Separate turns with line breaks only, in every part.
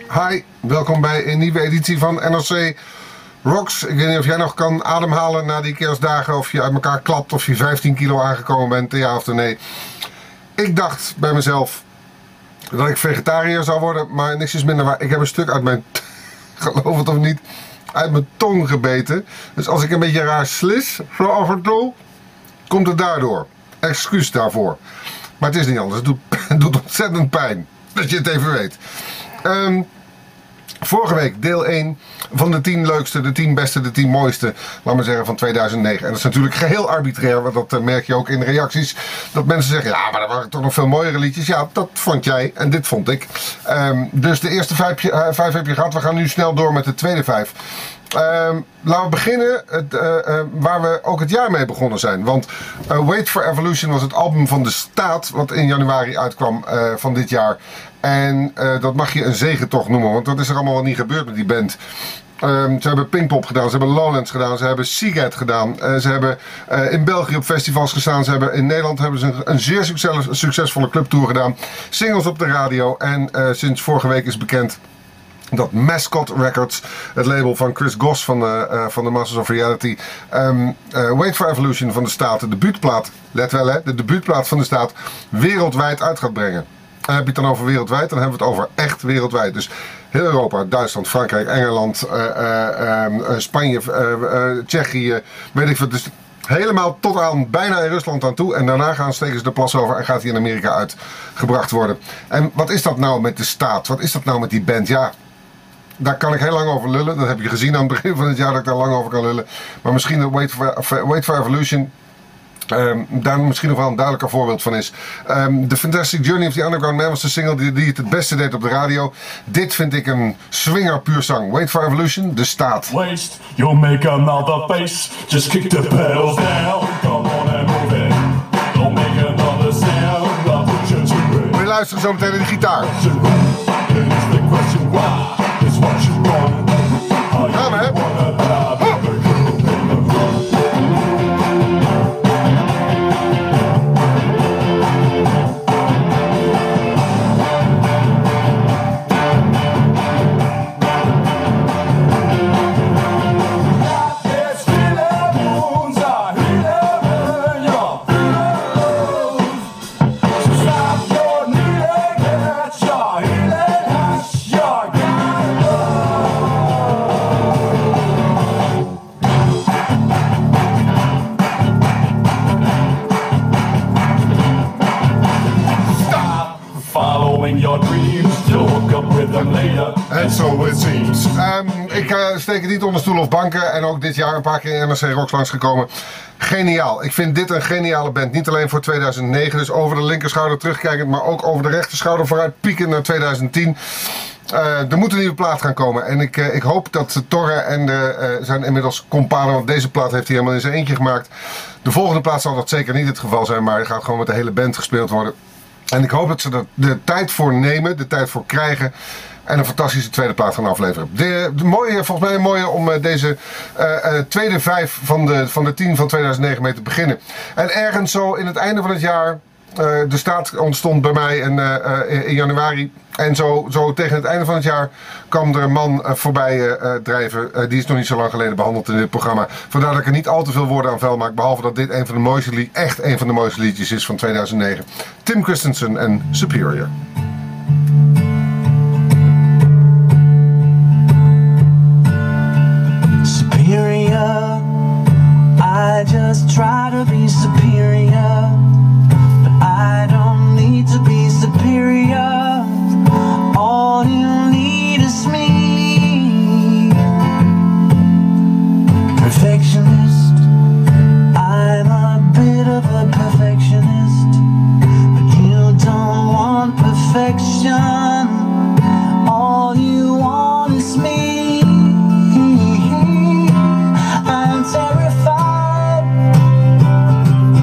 Hi, welkom bij een nieuwe editie van NRC Rocks. Ik weet niet of jij nog kan ademhalen na die kerstdagen, of je uit elkaar klapt, of je 15 kilo aangekomen bent, ja of nee. Ik dacht bij mezelf dat ik vegetariër zou worden, maar niks is minder waar. Ik heb een stuk uit mijn, geloof het of niet, uit mijn tong gebeten. Dus als ik een beetje raar slis, zo af en toe, komt het daardoor. Excuus daarvoor. Maar het is niet anders, het doet ontzettend pijn, dat je het even weet. Vorige week deel 1 van de 10 leukste, de 10 beste, de 10 mooiste, laat maar zeggen, van 2009. En dat is natuurlijk geheel arbitrair, want dat merk je ook in de reacties. Dat mensen zeggen, ja, maar er waren toch nog veel mooiere liedjes. Ja, dat vond jij en dit vond ik. Dus de eerste 5 heb je gehad. We gaan nu snel door met de tweede 5. Laten we beginnen waar we ook het jaar mee begonnen zijn. Want Wait for Evolution was het album van De Staat, wat in januari uitkwam van dit jaar. En dat mag je een zegentocht noemen, want dat is er allemaal wel niet gebeurd met die band. Ze hebben Pinkpop gedaan, ze hebben Lowlands gedaan, ze hebben Seagate gedaan. Ze hebben in België op festivals gestaan. In Nederland hebben ze een zeer succesvolle clubtour gedaan. Singles op de radio en sinds vorige week is bekend dat Mascot Records, het label van Chris Goss van de Masters of Reality, Wait for Evolution van De Staat, de debuutplaat, let wel hè, de debuutplaat van De Staat, wereldwijd uit gaat brengen. En heb je het dan over wereldwijd, dan hebben we het over echt wereldwijd. Dus heel Europa, Duitsland, Frankrijk, Engeland, Spanje, Tsjechië, weet ik veel. Dus helemaal tot aan bijna in Rusland aan toe. En daarna steken ze de plas over en gaat hij in Amerika uitgebracht worden. En wat is dat nou met De Staat? Wat is dat nou met die band? Ja, daar kan ik heel lang over lullen. Dat heb je gezien aan het begin van het jaar dat ik daar lang over kan lullen. Maar misschien dat Wait for Evolution daar misschien nog wel een duidelijker voorbeeld van is. The Fantastic Journey of the Underground Man was de single die het beste deed op de radio. Dit vind ik een swinger puur zang. Wait for Evolution, De Staat.
Waste, you'll make another face. Just kick the pedals down. Come on and move it. Don't make another sound.
We luisteren zo meteen naar de gitaar. Gaan we, hè? And so it seems. Ik steek het niet onder stoel of banken. En ook dit jaar een paar keer in NRC Rocks langsgekomen. Geniaal. Ik vind dit een geniale band. Niet alleen voor 2009, dus over de linkerschouder terugkijkend, maar ook over de rechterschouder vooruit piekend naar 2010. Er moet een nieuwe plaat gaan komen. En ik hoop dat Torre en zijn inmiddels companen, want deze plaat heeft hij helemaal in zijn eentje gemaakt. De volgende plaat zal dat zeker niet het geval zijn, maar hij gaat gewoon met de hele band gespeeld worden. En ik hoop dat ze er de tijd voor nemen, de tijd voor krijgen en een fantastische tweede plaat gaan afleveren. Volgens mij een mooie om deze tweede 5 van de 10 van 2009 mee te beginnen. En ergens zo in het einde van het jaar, De Staat ontstond bij mij in januari. En zo tegen het einde van het jaar kwam er een man voorbij drijven. Die is nog niet zo lang geleden behandeld in dit programma. Vandaar dat ik er niet al te veel woorden aan vuil maak. Behalve dat dit echt een van de mooiste liedjes is van 2009. Tim Christensen en Superior.
Superior, I just try to be superior, but I don't need to be superior. All you need is me. Perfectionist, I'm a bit of a perfectionist, but you don't want perfection. All you want is me. I'm terrified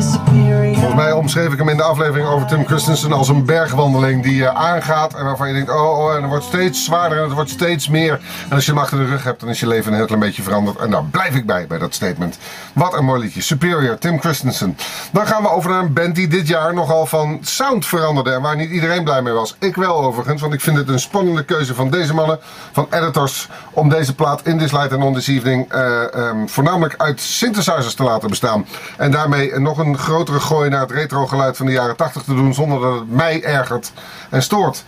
superior.
Volgens mij omschreef ik hem in de aflevering over Tim Christensen als een bergwandeling die je aangaat en waarvan je denkt, oh, en het wordt steeds zwaarder en het wordt steeds meer. En als je hem achter de rug hebt, dan is je leven een heel klein beetje veranderd. En daar blijf ik bij dat statement. Wat een mooi liedje. Superior, Tim Christensen. Dan gaan we over naar een band die dit jaar nogal van sound veranderde en waar niet iedereen blij mee was. Ik wel overigens, want ik vind het een spannende keuze van deze mannen, van Editors, om deze plaat In This Light and On This Evening voornamelijk uit synthesizers te laten bestaan. En daarmee nog een grotere gooi naar het retro geluid van de jaren 80 te doen, zonder dat het mij ergert en stoort.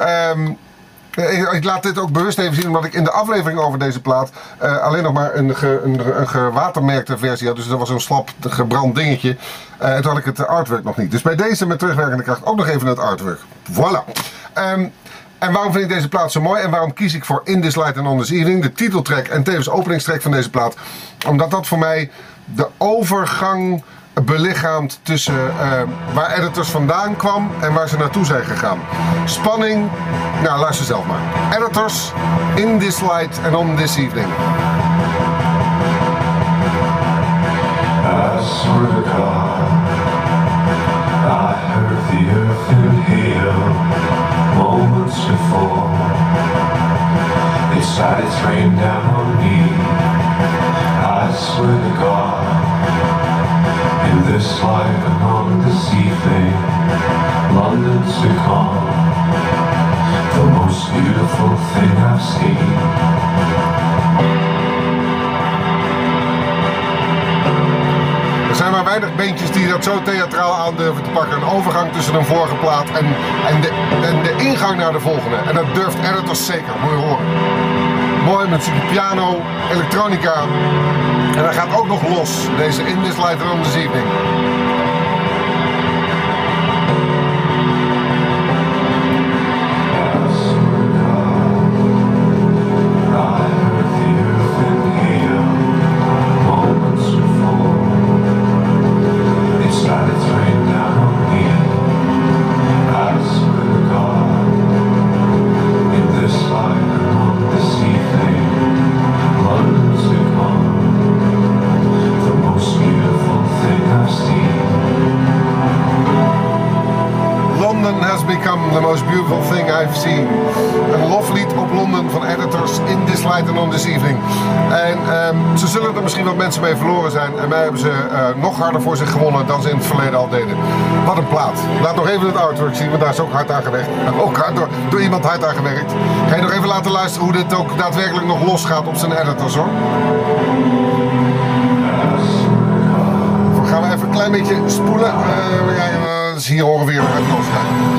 Ik laat dit ook bewust even zien, omdat ik in de aflevering over deze plaat alleen nog maar een gewatermerkte versie had. Dus dat was een slap gebrand dingetje. En toen had ik het artwork nog niet. Dus bij deze met terugwerkende kracht ook nog even het artwork. Voilà. En waarom vind ik deze plaat zo mooi en waarom kies ik voor In This Light and On This Evening, de titeltrack en tevens openingstrack van deze plaat? Omdat dat voor mij de overgang belichaamt tussen waar Editors vandaan kwam en waar ze naartoe zijn gegaan. Spanning, nou luister zelf maar. Editors, In This Light and On This Evening.
I swear to God, I heard the earth inhale moments before. It started to rain down on me. I swear to God, in this light and on this evening, London's become the most beautiful thing I've seen.
Er zijn maar weinig beentjes die dat zo theatraal aandurven te pakken. Een overgang tussen een vorige plaat en de ingang naar de volgende. En dat durft Editors zeker, moet je horen. Mooi met zijn piano, elektronica. En hij gaat ook nog los, deze In This Light and On This Evening. Become the most beautiful thing I've seen. Een loflied op Londen van Editors, In This Light and On This Evening. En ze zullen er misschien wat mensen mee verloren zijn. En mij hebben ze nog harder voor zich gewonnen dan ze in het verleden al deden. Wat een plaat. Laat nog even het artwork zien, want daar is ook hard aan gewerkt. Ook door iemand hard aan gewerkt. Ga je nog even laten luisteren hoe dit ook daadwerkelijk nog losgaat op zijn Editors, hoor. Dan gaan we even een klein beetje spoelen. Dus hier horen we weer nog even losgaan.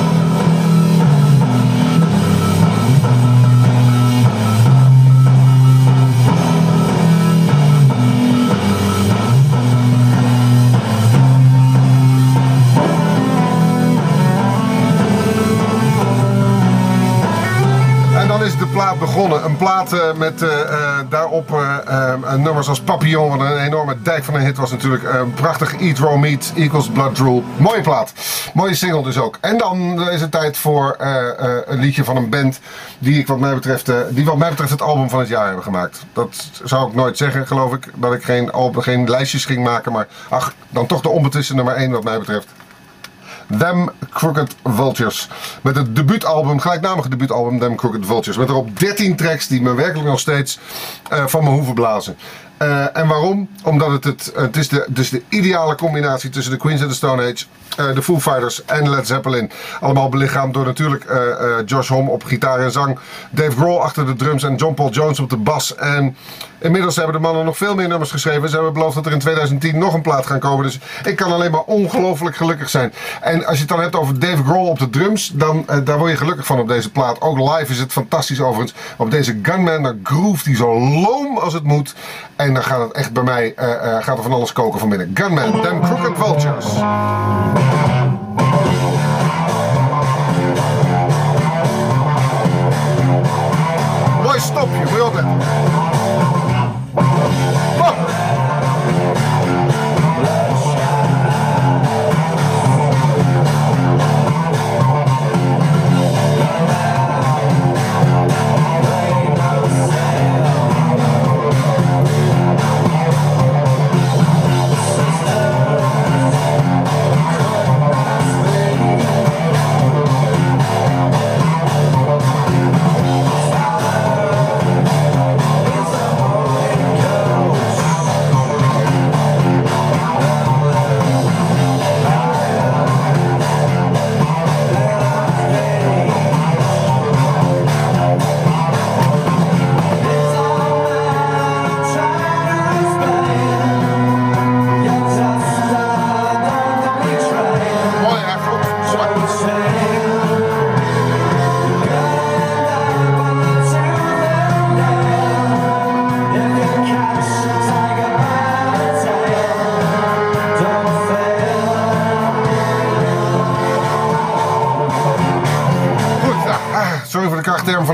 De plaat begonnen. Een plaat met daarop nummers als Papillon, wat een enorme dijk van een hit was natuurlijk. Prachtig Eat Raw Meat Equals Blood Drool. Mooie plaat. Mooie single dus ook. En dan is het tijd voor een liedje van een band die wat mij betreft het album van het jaar hebben gemaakt. Dat zou ik nooit zeggen, geloof ik, dat ik geen lijstjes ging maken, maar ach, dan toch de onbetwiste nummer 1 wat mij betreft. Them Crooked Vultures. Met het debuutalbum, gelijknamige debuutalbum Them Crooked Vultures. Met erop 13 tracks die me werkelijk nog steeds van me hoeven blazen. En waarom? Omdat het is de ideale combinatie tussen de Queens of the Stone Age, de Foo Fighters en Led Zeppelin. Allemaal belichaamd door natuurlijk Josh Homme op gitaar en zang, Dave Grohl achter de drums en John Paul Jones op de bas. En inmiddels hebben de mannen nog veel meer nummers geschreven. Ze hebben beloofd dat er in 2010 nog een plaat gaan komen. Dus ik kan alleen maar ongelooflijk gelukkig zijn. En als je het dan hebt over Dave Grohl op de drums, dan daar word je gelukkig van op deze plaat. Ook live is het fantastisch overigens. Op deze Gunman, daar groeft hij zo loom als het moet. En dan gaat het echt bij mij gaat er van alles koken van binnen. Gunman, Them Crooked Vultures. Mooi stopje, moet je opletten.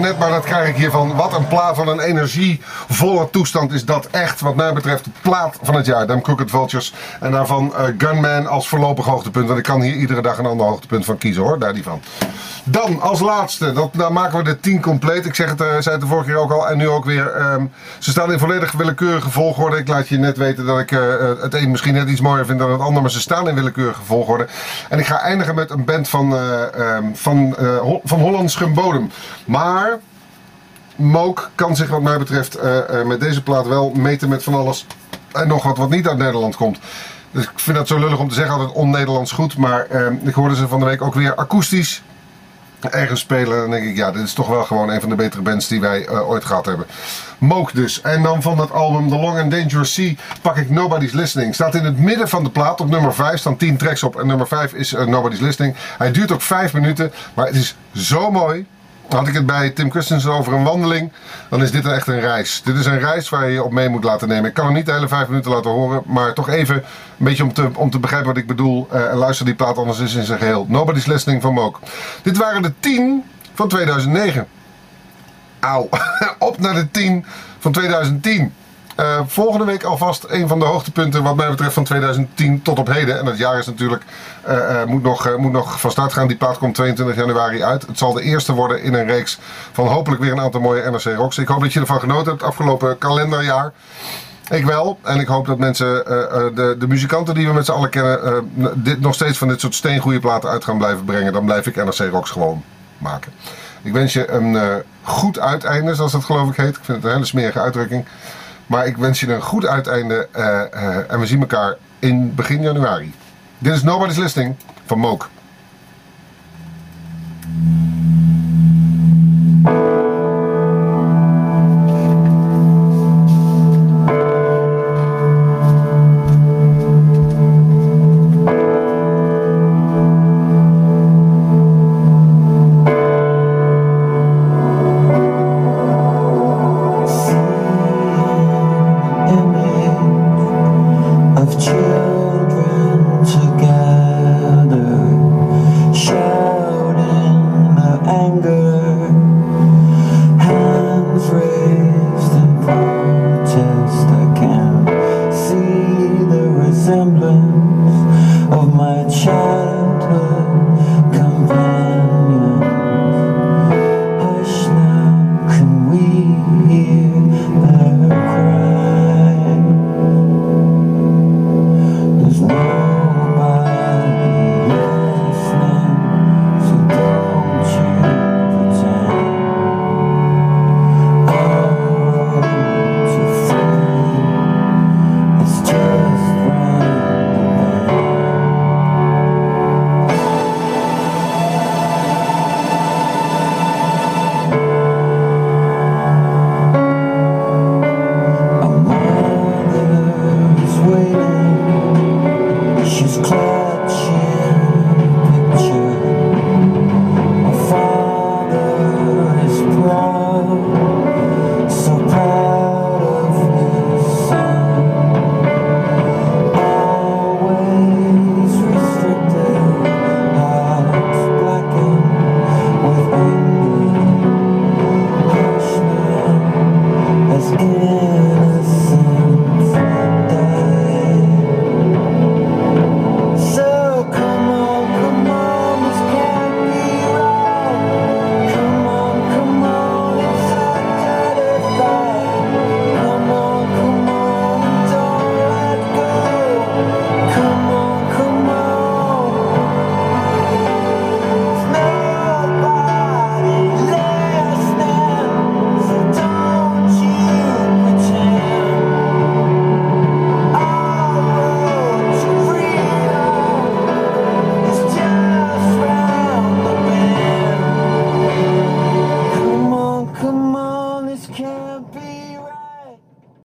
net, maar dat krijg ik hiervan. Wat een plaat van een energievolle toestand is dat echt, wat mij betreft, de plaat van het jaar. Them Crooked Vultures. En daarvan Gunman als voorlopig hoogtepunt. Want ik kan hier iedere dag een ander hoogtepunt van kiezen hoor, daar die van. Dan als laatste, dan maken we de 10 compleet. Ik zeg het, zei het de vorige keer ook al en nu ook weer. Ze staan in volledig willekeurige volgorde. Ik laat je net weten dat ik het een misschien net iets mooier vind dan het ander. Maar ze staan in willekeurige volgorde. En ik ga eindigen met een band van Hollands bodem. Maar Moke kan zich wat mij betreft met deze plaat wel meten met van alles en nog wat niet uit Nederland komt. Dus ik vind dat zo lullig om te zeggen, altijd on-Nederlands goed. Maar ik hoorde ze van de week ook weer akoestisch ergens spelen. Dan denk ik, ja, dit is toch wel gewoon een van de betere bands die wij ooit gehad hebben. Moke dus. En dan van dat album The Long and Dangerous Sea pak ik Nobody's Listening. Staat in het midden van de plaat op nummer 5. Staan 10 tracks op en nummer 5 is Nobody's Listening. Hij duurt ook 5 minuten, maar het is zo mooi. Had ik het bij Tim Christensen over een wandeling, dan is dit echt een reis. Dit is een reis waar je je op mee moet laten nemen. Ik kan hem niet de hele 5 minuten laten horen, maar toch even een beetje om te begrijpen wat ik bedoel. En luister die plaat anders eens in zijn geheel. Nobody's Listening van Moke. Dit waren de 10 van 2009. Auw. Op naar de 10 van 2010. Volgende week alvast een van de hoogtepunten wat mij betreft van 2010 tot op heden. En dat jaar is natuurlijk, moet nog van start gaan. Die plaat komt 22 januari uit. Het zal de eerste worden in een reeks van hopelijk weer een aantal mooie NRC Rocks. Ik hoop dat je ervan genoten hebt het afgelopen kalenderjaar. Ik wel. En ik hoop dat mensen, de muzikanten die we met z'n allen kennen, nog steeds van dit soort steengoede platen uit gaan blijven brengen. Dan blijf ik NRC Rocks gewoon maken. Ik wens je een goed uiteinde, zoals dat geloof ik heet. Ik vind het een hele smerige uitdrukking. Maar ik wens je een goed uiteinde en we zien elkaar in begin januari. Dit is Nobody's Listening van Moke.
Of my child